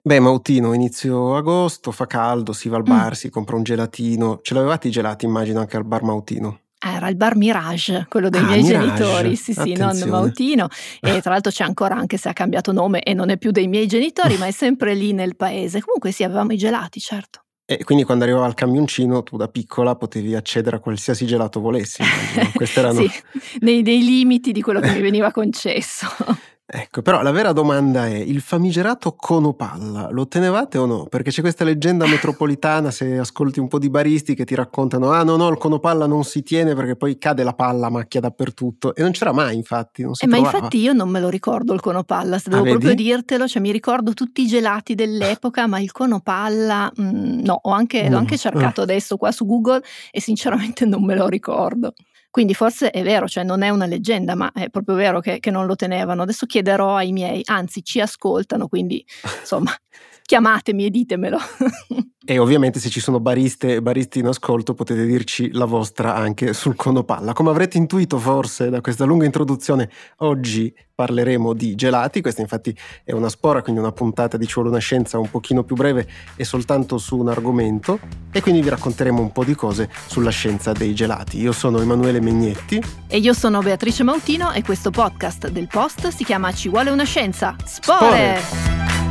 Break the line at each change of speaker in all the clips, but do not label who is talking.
Beh, mautino, inizio agosto, fa caldo, si va al
Mh.
bar, si compra un gelatino. Ce l'avevate i gelati immagino anche al bar mautino?
Era il bar Mirage, quello dei
Ah,
miei
Mirage,
genitori, sì, non
attenzione.
Mautino, e tra l'altro c'è ancora anche se ha cambiato nome e non è più dei miei genitori, ma è sempre lì nel paese. Comunque sì, avevamo i gelati, certo.
E quindi quando arrivava il camioncino tu da piccola potevi accedere a qualsiasi gelato volessi immagino. Queste erano
Sì, nei limiti di quello che mi veniva concesso.
ecco, però la vera domanda è: il famigerato cono palla lo tenevate o no? Perché c'è questa leggenda metropolitana, se ascolti un po' di baristi, che ti raccontano: "Ah no, il cono palla non si tiene perché poi cade la palla, macchia dappertutto", e non c'era mai infatti, non si
Ma
trovava.
infatti io non me lo ricordo il cono palla, se
Ah
devo proprio
vedi?
dirtelo, cioè mi ricordo tutti i gelati dell'epoca, ma il cono palla, no, l'ho anche
No,
cercato adesso qua su Google e sinceramente non me lo ricordo. Quindi forse è vero, cioè non è una leggenda, ma è proprio vero che non lo tenevano. Adesso chiederò ai miei, anzi ci ascoltano, quindi insomma chiamatemi e ditemelo.
E ovviamente se ci sono bariste e baristi in ascolto potete dirci la vostra anche sul cono palla. Come avrete intuito forse da questa lunga introduzione, oggi parleremo di gelati. Questa infatti è una spora, quindi una puntata di Ci vuole una scienza un pochino più breve e soltanto su un argomento, e quindi vi racconteremo un po' di cose sulla scienza dei gelati. Io sono Emanuele Megnetti.
E io sono Beatrice Mautino e questo podcast del Post si chiama Ci vuole una scienza.
Spore!
Spore!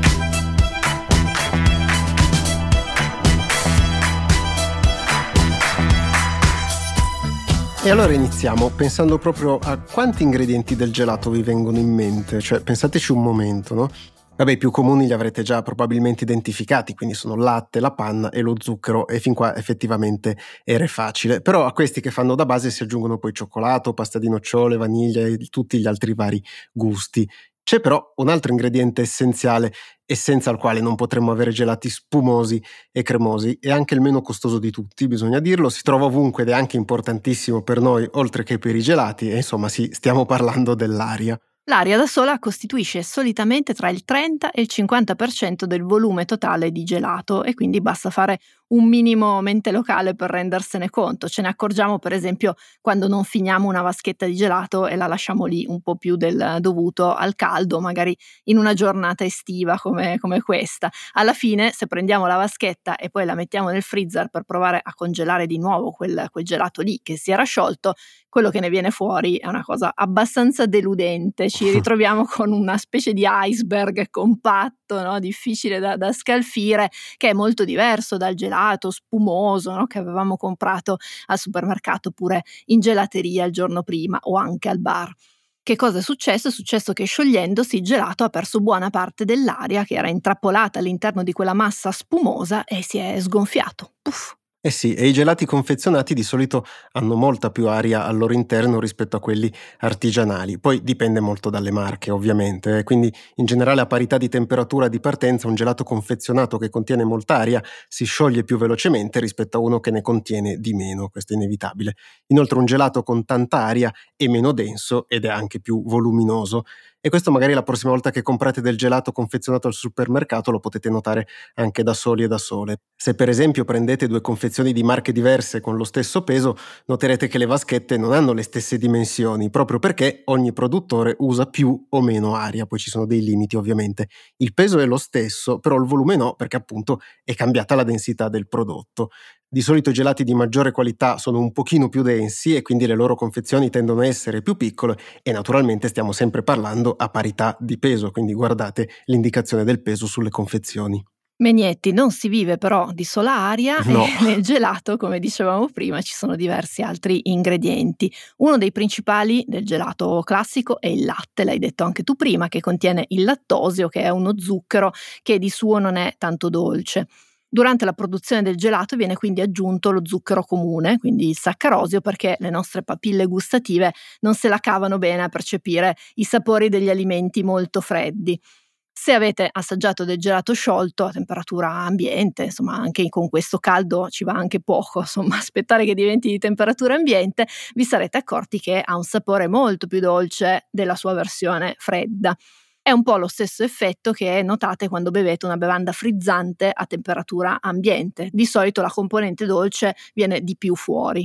E allora iniziamo pensando proprio a quanti ingredienti del gelato vi vengono in mente, cioè pensateci un momento, no? Vabbè, i più comuni li avrete già probabilmente identificati, quindi sono il latte, la panna e lo zucchero, e fin qua effettivamente era facile. Però a questi che fanno da base si aggiungono poi cioccolato, pasta di nocciole, vaniglia e tutti gli altri vari gusti. C'è però un altro ingrediente essenziale e senza il quale non potremmo avere gelati spumosi e cremosi, e anche il meno costoso di tutti, bisogna dirlo, si trova ovunque ed è anche importantissimo per noi oltre che per i gelati, e insomma sì, stiamo parlando dell'aria.
L'aria da sola costituisce solitamente tra il 30 e il 50% del volume totale di gelato e quindi basta fare un minimo mente locale per rendersene conto. Ce ne accorgiamo per esempio quando non finiamo una vaschetta di gelato e la lasciamo lì un po' più del dovuto al caldo, magari in una giornata estiva come questa. Alla fine, se prendiamo la vaschetta e poi la mettiamo nel freezer per provare a congelare di nuovo quel gelato lì che si era sciolto, quello che ne viene fuori è una cosa abbastanza deludente. Ci ritroviamo con una specie di iceberg compatto, no, difficile da scalfire, che è molto diverso dal gelato spumoso, no, che avevamo comprato al supermercato oppure in gelateria il giorno prima o anche al bar. Che cosa è successo? È successo che sciogliendosi il gelato ha perso buona parte dell'aria che era intrappolata all'interno di quella massa spumosa e si è sgonfiato. Puff!
Eh sì, e i gelati confezionati di solito hanno molta più aria al loro interno rispetto a quelli artigianali. Poi dipende molto dalle marche, ovviamente, quindi in generale a parità di temperatura di partenza un gelato confezionato che contiene molta aria si scioglie più velocemente rispetto a uno che ne contiene di meno, questo è inevitabile. Inoltre un gelato con tanta aria è meno denso ed è anche più voluminoso. E questo magari la prossima volta che comprate del gelato confezionato al supermercato lo potete notare anche da soli e da sole. Se per esempio prendete due confezioni di marche diverse con lo stesso peso, noterete che le vaschette non hanno le stesse dimensioni, proprio perché ogni produttore usa più o meno aria, poi ci sono dei limiti ovviamente. Il peso è lo stesso, però il volume no, perché appunto è cambiata la densità del prodotto. Di solito i gelati di maggiore qualità sono un pochino più densi e quindi le loro confezioni tendono a essere più piccole, e naturalmente stiamo sempre parlando a parità di peso, quindi guardate l'indicazione del peso sulle confezioni.
Megnetti, non si vive però di sola aria e
No.
nel gelato, come dicevamo prima, ci sono diversi altri ingredienti. Uno dei principali del gelato classico è il latte, l'hai detto anche tu prima, che contiene il lattosio, che è uno zucchero che di suo non è tanto dolce. Durante la produzione del gelato viene quindi aggiunto lo zucchero comune, quindi il saccarosio, perché le nostre papille gustative non se la cavano bene a percepire i sapori degli alimenti molto freddi. Se avete assaggiato del gelato sciolto a temperatura ambiente, insomma anche con questo caldo ci va anche poco, insomma aspettare che diventi di temperatura ambiente, vi sarete accorti che ha un sapore molto più dolce della sua versione fredda. È un po' lo stesso effetto che notate quando bevete una bevanda frizzante a temperatura ambiente. Di solito la componente dolce viene di più fuori.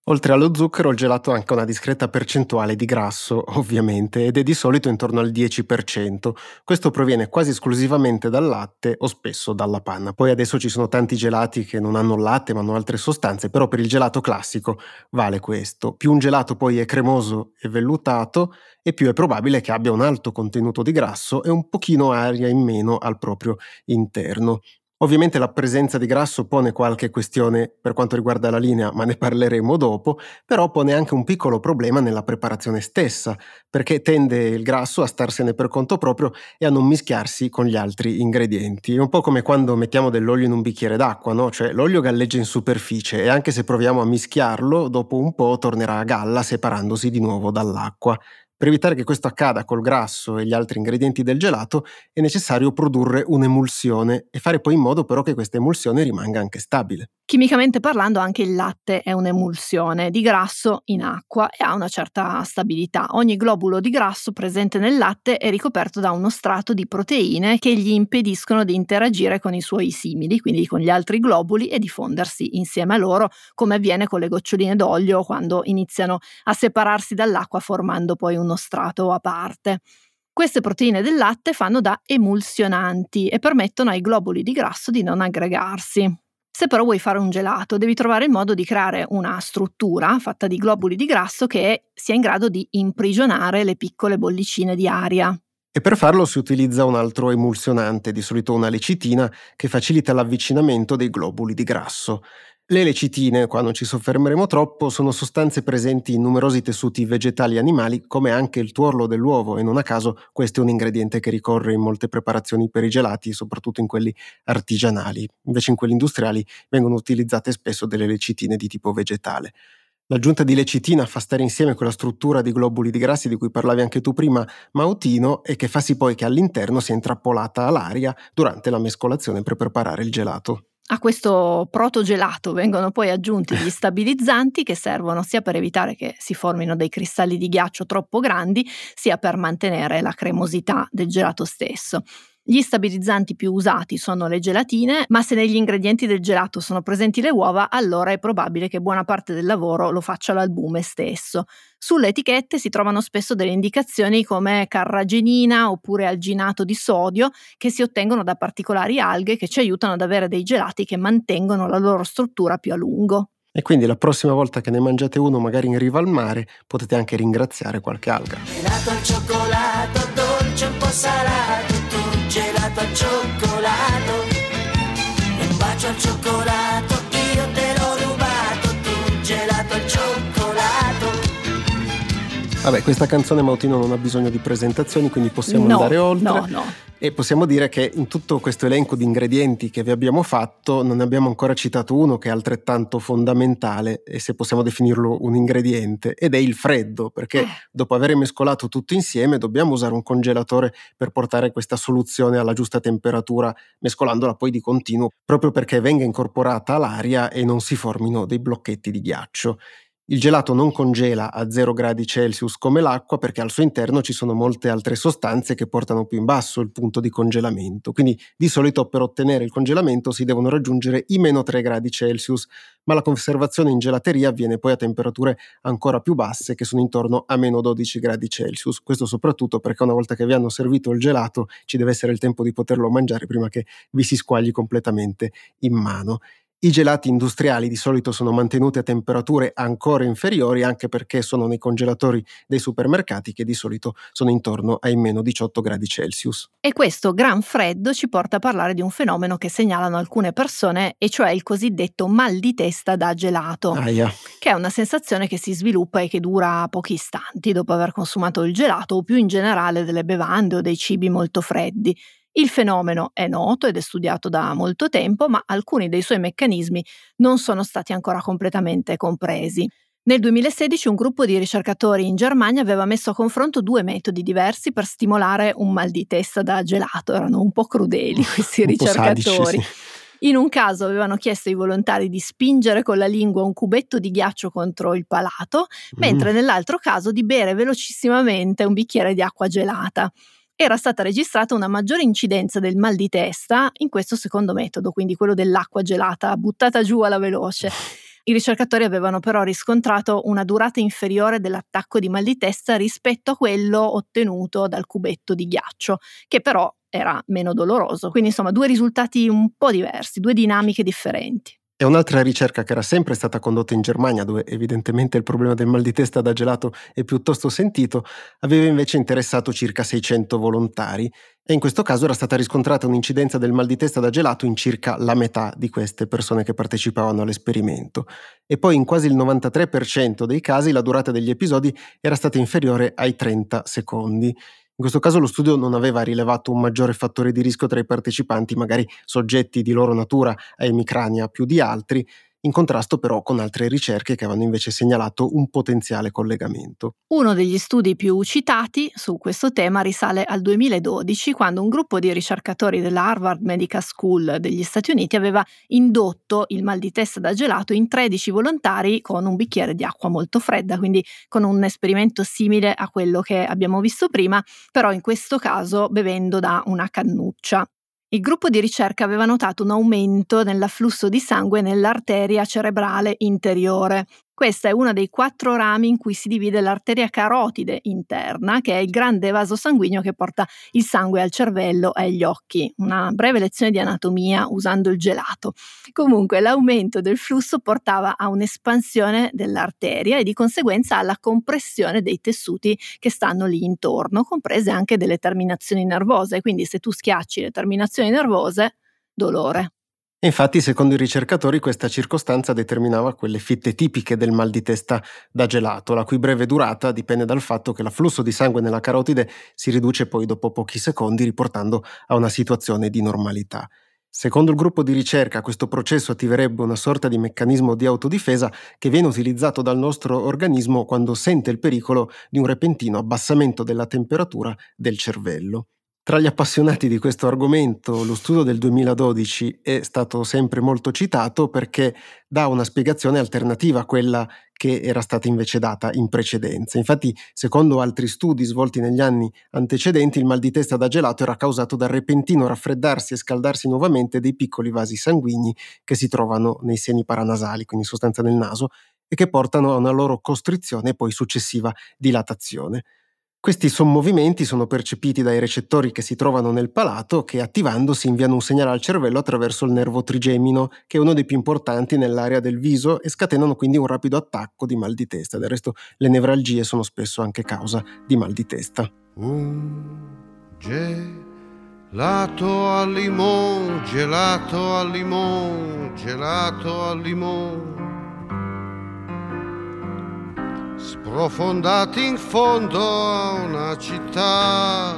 Oltre allo zucchero, il gelato ha anche una discreta percentuale di grasso, ovviamente, ed è di solito intorno al 10%. Questo proviene quasi esclusivamente dal latte o spesso dalla panna. Poi adesso ci sono tanti gelati che non hanno il latte ma hanno altre sostanze, però per il gelato classico vale questo. Più un gelato poi è cremoso e vellutato, e più è probabile che abbia un alto contenuto di grasso e un pochino aria in meno al proprio interno. Ovviamente la presenza di grasso pone qualche questione per quanto riguarda la linea, ma ne parleremo dopo, però pone anche un piccolo problema nella preparazione stessa, perché tende il grasso a starsene per conto proprio e a non mischiarsi con gli altri ingredienti. È un po' come quando mettiamo dell'olio in un bicchiere d'acqua, no? Cioè l'olio galleggia in superficie e anche se proviamo a mischiarlo, dopo un po' tornerà a galla separandosi di nuovo dall'acqua. Per evitare che questo accada col grasso e gli altri ingredienti del gelato è necessario produrre un'emulsione e fare poi in modo però che questa emulsione rimanga anche stabile.
Chimicamente parlando anche il latte è un'emulsione di grasso in acqua e ha una certa stabilità. Ogni globulo di grasso presente nel latte è ricoperto da uno strato di proteine che gli impediscono di interagire con i suoi simili, quindi con gli altri globuli, e di fondersi insieme a loro, come avviene con le goccioline d'olio quando iniziano a separarsi dall'acqua formando poi uno strato a parte. Queste proteine del latte fanno da emulsionanti e permettono ai globuli di grasso di non aggregarsi. Se però vuoi fare un gelato, devi trovare il modo di creare una struttura fatta di globuli di grasso che sia in grado di imprigionare le piccole bollicine di aria.
E per farlo si utilizza un altro emulsionante, di solito una lecitina, che facilita l'avvicinamento dei globuli di grasso. Le lecitine, qua non ci soffermeremo troppo, sono sostanze presenti in numerosi tessuti vegetali e animali, come anche il tuorlo dell'uovo, e non a caso questo è un ingrediente che ricorre in molte preparazioni per i gelati, soprattutto in quelli artigianali. Invece in quelli industriali vengono utilizzate spesso delle lecitine di tipo vegetale. L'aggiunta di lecitina fa stare insieme quella struttura di globuli di grassi di cui parlavi anche tu prima, Mautino, e che fa sì poi che all'interno sia intrappolata l'aria durante la mescolazione per preparare il gelato.
A questo protogelato vengono poi aggiunti gli stabilizzanti che servono sia per evitare che si formino dei cristalli di ghiaccio troppo grandi, sia per mantenere la cremosità del gelato stesso. Gli stabilizzanti più usati sono le gelatine, ma se negli ingredienti del gelato sono presenti le uova, allora è probabile che buona parte del lavoro lo faccia l'albume stesso. Sulle etichette si trovano spesso delle indicazioni come carragenina oppure alginato di sodio, che si ottengono da particolari alghe che ci aiutano ad avere dei gelati che mantengono la loro struttura più a lungo.
E quindi la prossima volta che ne mangiate uno, magari in riva al mare, potete anche ringraziare qualche alga.
Gelato al cioccolato, dolce un po' salato, tu gelato al cioccolato, un bacio al cioccolato, io te l'ho rubato, tu gelato al cioccolato.
Vabbè, questa canzone, Mautino, non ha bisogno di presentazioni, quindi possiamo andare oltre.
No.
E possiamo dire che in tutto questo elenco di ingredienti che vi abbiamo fatto non ne abbiamo ancora citato uno che è altrettanto fondamentale, e se possiamo definirlo un ingrediente, ed è il freddo, perché dopo aver mescolato tutto insieme dobbiamo usare un congelatore per portare questa soluzione alla giusta temperatura, mescolandola poi di continuo, proprio perché venga incorporata all'aria e non si formino dei blocchetti di ghiaccio. Il gelato non congela a 0 gradi Celsius come l'acqua, perché al suo interno ci sono molte altre sostanze che portano più in basso il punto di congelamento. Quindi di solito per ottenere il congelamento si devono raggiungere i meno 3 gradi Celsius, ma la conservazione in gelateria avviene poi a temperature ancora più basse, che sono intorno a meno 12 gradi Celsius. Questo soprattutto perché una volta che vi hanno servito il gelato ci deve essere il tempo di poterlo mangiare prima che vi si squagli completamente in mano. I gelati industriali di solito sono mantenuti a temperature ancora inferiori, anche perché sono nei congelatori dei supermercati, che di solito sono intorno ai meno 18 gradi Celsius.
E questo gran freddo ci porta a parlare di un fenomeno che segnalano alcune persone, e cioè il cosiddetto mal di testa da gelato, che è una sensazione che si sviluppa e che dura pochi istanti dopo aver consumato il gelato o più in generale delle bevande o dei cibi molto freddi. Il fenomeno è noto ed è studiato da molto tempo, ma alcuni dei suoi meccanismi non sono stati ancora completamente compresi. Nel 2016 un gruppo di ricercatori in Germania aveva messo a confronto 2 metodi diversi per stimolare un mal di testa da gelato. Erano un po' crudeli questi ricercatori.
Sadici, sì.
In un caso avevano chiesto ai volontari di spingere con la lingua un cubetto di ghiaccio contro il palato, mentre nell'altro caso di bere velocissimamente un bicchiere di acqua gelata. Era stata registrata una maggiore incidenza del mal di testa in questo secondo metodo, quindi quello dell'acqua gelata buttata giù alla veloce. I ricercatori avevano però riscontrato una durata inferiore dell'attacco di mal di testa rispetto a quello ottenuto dal cubetto di ghiaccio, che però era meno doloroso. Quindi insomma 2 risultati un po' diversi, 2 dinamiche differenti.
E un'altra ricerca che era sempre stata condotta in Germania, dove evidentemente il problema del mal di testa da gelato è piuttosto sentito, aveva invece interessato circa 600 volontari e in questo caso era stata riscontrata un'incidenza del mal di testa da gelato in circa la metà di queste persone che partecipavano all'esperimento. E poi in quasi il 93% dei casi la durata degli episodi era stata inferiore ai 30 secondi. In questo caso lo studio non aveva rilevato un maggiore fattore di rischio tra i partecipanti, magari soggetti di loro natura a emicrania più di altri, in contrasto però con altre ricerche che avevano invece segnalato un potenziale collegamento.
Uno degli studi più citati su questo tema risale al 2012, quando un gruppo di ricercatori della Harvard Medical School degli Stati Uniti aveva indotto il mal di testa da gelato in 13 volontari con un bicchiere di acqua molto fredda, quindi con un esperimento simile a quello che abbiamo visto prima, però in questo caso bevendo da una cannuccia. Il gruppo di ricerca aveva notato un aumento nell'afflusso di sangue nell'arteria cerebrale interiore. Questo è uno dei 4 rami in cui si divide l'arteria carotide interna, che è il grande vaso sanguigno che porta il sangue al cervello e agli occhi. Una breve lezione di anatomia usando il gelato. Comunque l'aumento del flusso portava a un'espansione dell'arteria e di conseguenza alla compressione dei tessuti che stanno lì intorno, comprese anche delle terminazioni nervose. Quindi se tu schiacci le terminazioni nervose, dolore.
E infatti, secondo i ricercatori, questa circostanza determinava quelle fitte tipiche del mal di testa da gelato, la cui breve durata dipende dal fatto che l'afflusso di sangue nella carotide si riduce poi dopo pochi secondi, riportando a una situazione di normalità. Secondo il gruppo di ricerca, questo processo attiverebbe una sorta di meccanismo di autodifesa che viene utilizzato dal nostro organismo quando sente il pericolo di un repentino abbassamento della temperatura del cervello. Tra gli appassionati di questo argomento, lo studio del 2012 è stato sempre molto citato perché dà una spiegazione alternativa a quella che era stata invece data in precedenza. Infatti, secondo altri studi svolti negli anni antecedenti, il mal di testa da gelato era causato dal repentino raffreddarsi e scaldarsi nuovamente dei piccoli vasi sanguigni che si trovano nei seni paranasali, quindi in sostanza nel naso, e che portano a una loro costrizione e poi successiva dilatazione. Questi sommovimenti sono percepiti dai recettori che si trovano nel palato che, attivandosi, inviano un segnale al cervello attraverso il nervo trigemino, che è uno dei più importanti nell'area del viso, e scatenano quindi un rapido attacco di mal di testa. Del resto le nevralgie sono spesso anche causa di mal di testa.
Gelato al limone, gelato al limone, gelato al limone. Sprofondati in fondo a una città,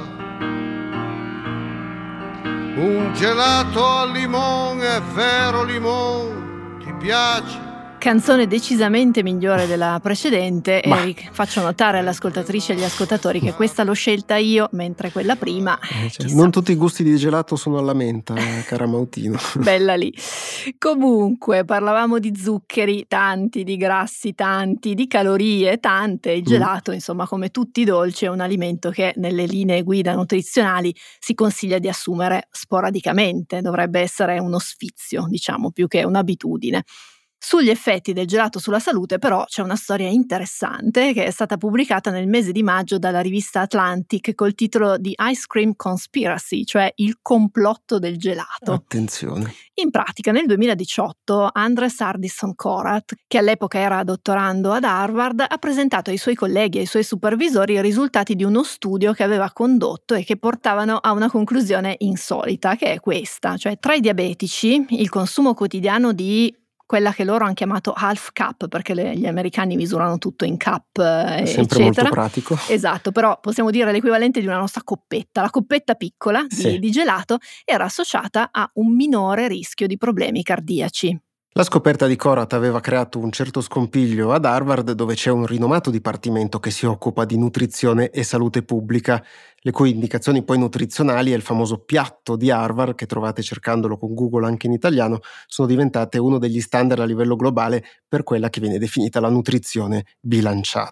un gelato al limone, è vero limone, ti piace?
Canzone decisamente migliore della precedente e faccio notare alle ascoltatrici e agli ascoltatori che questa l'ho scelta io, mentre quella prima
non tutti i gusti di gelato sono alla menta, cara Mautino.
Bella lì. Comunque parlavamo di zuccheri tanti, di grassi tanti, di calorie tante. Il gelato, insomma, come tutti i dolci, è un alimento che nelle linee guida nutrizionali si consiglia di assumere sporadicamente. Dovrebbe essere uno sfizio, diciamo, più che un'abitudine. Sugli effetti del gelato sulla salute però c'è una storia interessante che è stata pubblicata nel mese di maggio dalla rivista Atlantic col titolo di Ice Cream Conspiracy, cioè il complotto del gelato.
Attenzione.
In pratica nel 2018 Andres Ardisson Korat, che all'epoca era dottorando ad Harvard, ha presentato ai suoi colleghi e ai suoi supervisori i risultati di uno studio che aveva condotto e che portavano a una conclusione insolita, che è questa, cioè tra i diabetici il consumo quotidiano di quella che loro hanno chiamato half cup, perché gli americani misurano tutto in cup,
è sempre
eccetera.
Molto pratico.
Esatto, però possiamo dire l'equivalente di una nostra coppetta. La coppetta piccola di gelato era associata a un minore rischio di problemi cardiaci.
La scoperta di Korat aveva creato un certo scompiglio ad Harvard, dove c'è un rinomato dipartimento che si occupa di nutrizione e salute pubblica, le cui indicazioni poi nutrizionali e il famoso piatto di Harvard, che trovate cercandolo con Google anche in italiano, sono diventate uno degli standard a livello globale per quella che viene definita la nutrizione bilanciata.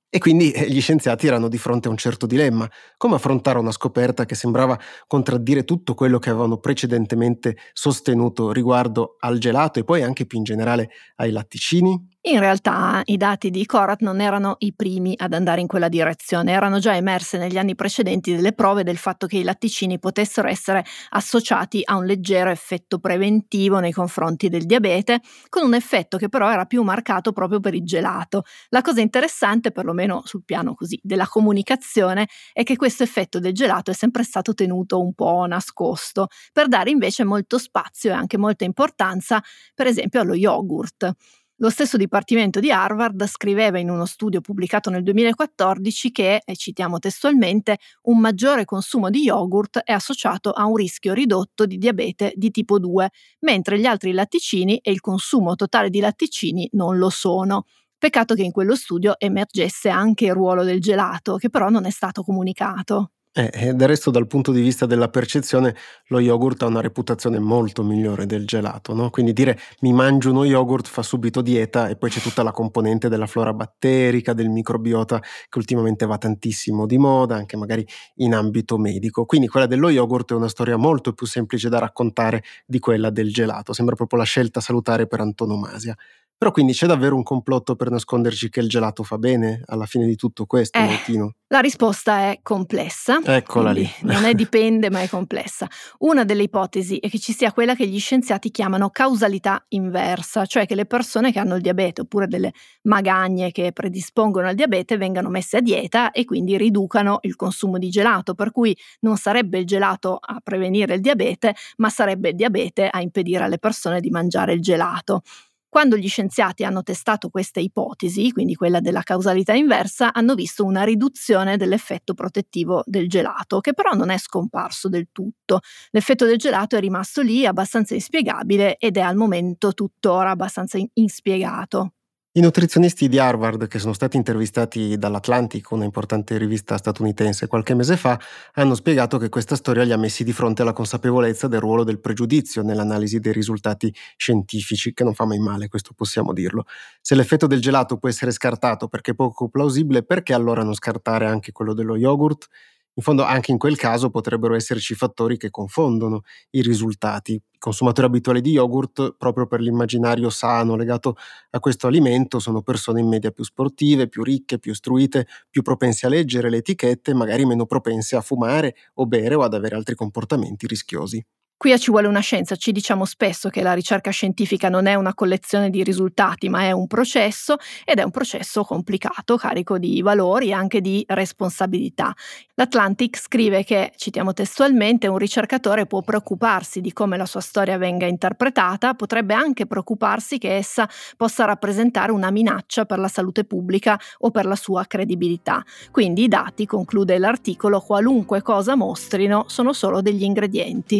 E quindi gli scienziati erano di fronte a un certo dilemma: come affrontare una scoperta che sembrava contraddire tutto quello che avevano precedentemente sostenuto riguardo al gelato e poi anche più in generale ai latticini?
In realtà i dati di Korat non erano i primi ad andare in quella direzione, erano già emerse negli anni precedenti delle prove del fatto che i latticini potessero essere associati a un leggero effetto preventivo nei confronti del diabete, con un effetto che però era più marcato proprio per il gelato. La cosa interessante, perlomeno sul piano così della comunicazione, è che questo effetto del gelato è sempre stato tenuto un po' nascosto, per dare invece molto spazio e anche molta importanza, per esempio, allo yogurt. Lo stesso Dipartimento di Harvard scriveva in uno studio pubblicato nel 2014 che, e citiamo testualmente, un maggiore consumo di yogurt è associato a un rischio ridotto di diabete di tipo 2, mentre gli altri latticini e il consumo totale di latticini non lo sono. Peccato che in quello studio emergesse anche il ruolo del gelato, che però non è stato comunicato.
E del resto, dal punto di vista della percezione, lo yogurt ha una reputazione molto migliore del gelato, no? Quindi dire mi mangio uno yogurt fa subito dieta, e poi c'è tutta la componente della flora batterica, del microbiota, che ultimamente va tantissimo di moda, anche magari in ambito medico. Quindi quella dello yogurt è una storia molto più semplice da raccontare di quella del gelato, sembra proprio la scelta salutare per antonomasia. Però quindi c'è davvero un complotto per nasconderci che il gelato fa bene alla fine di tutto questo, Martino?
La risposta è complessa.
Eccola lì.
Non è dipende, ma è complessa. Una delle ipotesi è che ci sia quella che gli scienziati chiamano causalità inversa, cioè che le persone che hanno il diabete oppure delle magagne che predispongono al diabete vengano messe a dieta e quindi riducano il consumo di gelato, per cui non sarebbe il gelato a prevenire il diabete, ma sarebbe il diabete a impedire alle persone di mangiare il gelato. Quando gli scienziati hanno testato queste ipotesi, quindi quella della causalità inversa, hanno visto una riduzione dell'effetto protettivo del gelato, che però non è scomparso del tutto. L'effetto del gelato è rimasto lì, abbastanza inspiegabile, ed è al momento tuttora abbastanza inspiegato.
I nutrizionisti di Harvard, che sono stati intervistati dall'Atlantic, una importante rivista statunitense, qualche mese fa, hanno spiegato che questa storia li ha messi di fronte alla consapevolezza del ruolo del pregiudizio nell'analisi dei risultati scientifici, che non fa mai male, questo possiamo dirlo. Se l'effetto del gelato può essere scartato perché è poco plausibile, perché allora non scartare anche quello dello yogurt? In fondo anche in quel caso potrebbero esserci fattori che confondono i risultati. I consumatori abituali di yogurt, proprio per l'immaginario sano legato a questo alimento, sono persone in media più sportive, più ricche, più istruite, più propense a leggere le etichette, magari meno propense a fumare o bere o ad avere altri comportamenti rischiosi.
Qui a Ci vuole una scienza ci diciamo spesso che la ricerca scientifica non è una collezione di risultati, ma è un processo, ed è un processo complicato, carico di valori e anche di responsabilità. L'Atlantic scrive che, citiamo testualmente, un ricercatore può preoccuparsi di come la sua storia venga interpretata, potrebbe anche preoccuparsi che essa possa rappresentare una minaccia per la salute pubblica o per la sua credibilità. Quindi i dati, conclude l'articolo, qualunque cosa mostrino, sono solo degli ingredienti.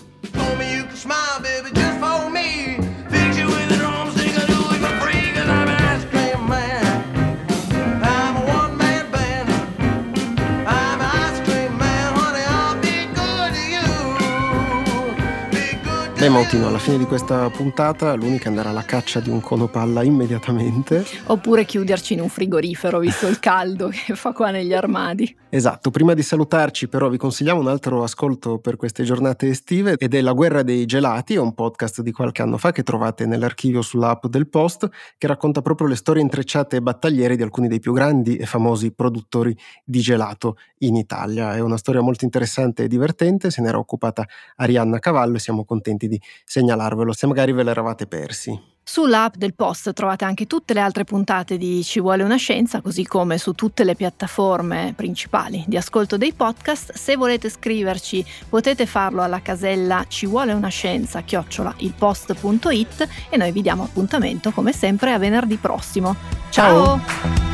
Smile, baby, just for me. Fix you with a drumstick, I do it for free, 'cause I'm an ice cream man. I'm a one-man band. I'm an ice cream man, honey, I'll be good to you. Be good to
Mautino, alla fine di questa puntata l'unica è andare alla caccia di un conopalla immediatamente.
Oppure chiuderci in un frigorifero, visto il caldo che fa qua negli armadi.
Esatto, prima di salutarci però vi consigliamo un altro ascolto per queste giornate estive, ed è La guerra dei gelati, è un podcast di qualche anno fa che trovate nell'archivio sull'app del Post, che racconta proprio le storie intrecciate e battagliere di alcuni dei più grandi e famosi produttori di gelato in Italia. È una storia molto interessante e divertente, se ne era occupata Arianna Cavallo e siamo contenti di segnalarvelo se magari ve l'eravate persi.
Sull'app del Post trovate anche tutte le altre puntate di Ci vuole una scienza, così come su tutte le piattaforme principali di ascolto dei podcast. Se volete scriverci potete farlo alla casella civuoleunascienza@ilpost.it e noi vi diamo appuntamento come sempre a venerdì prossimo. Ciao!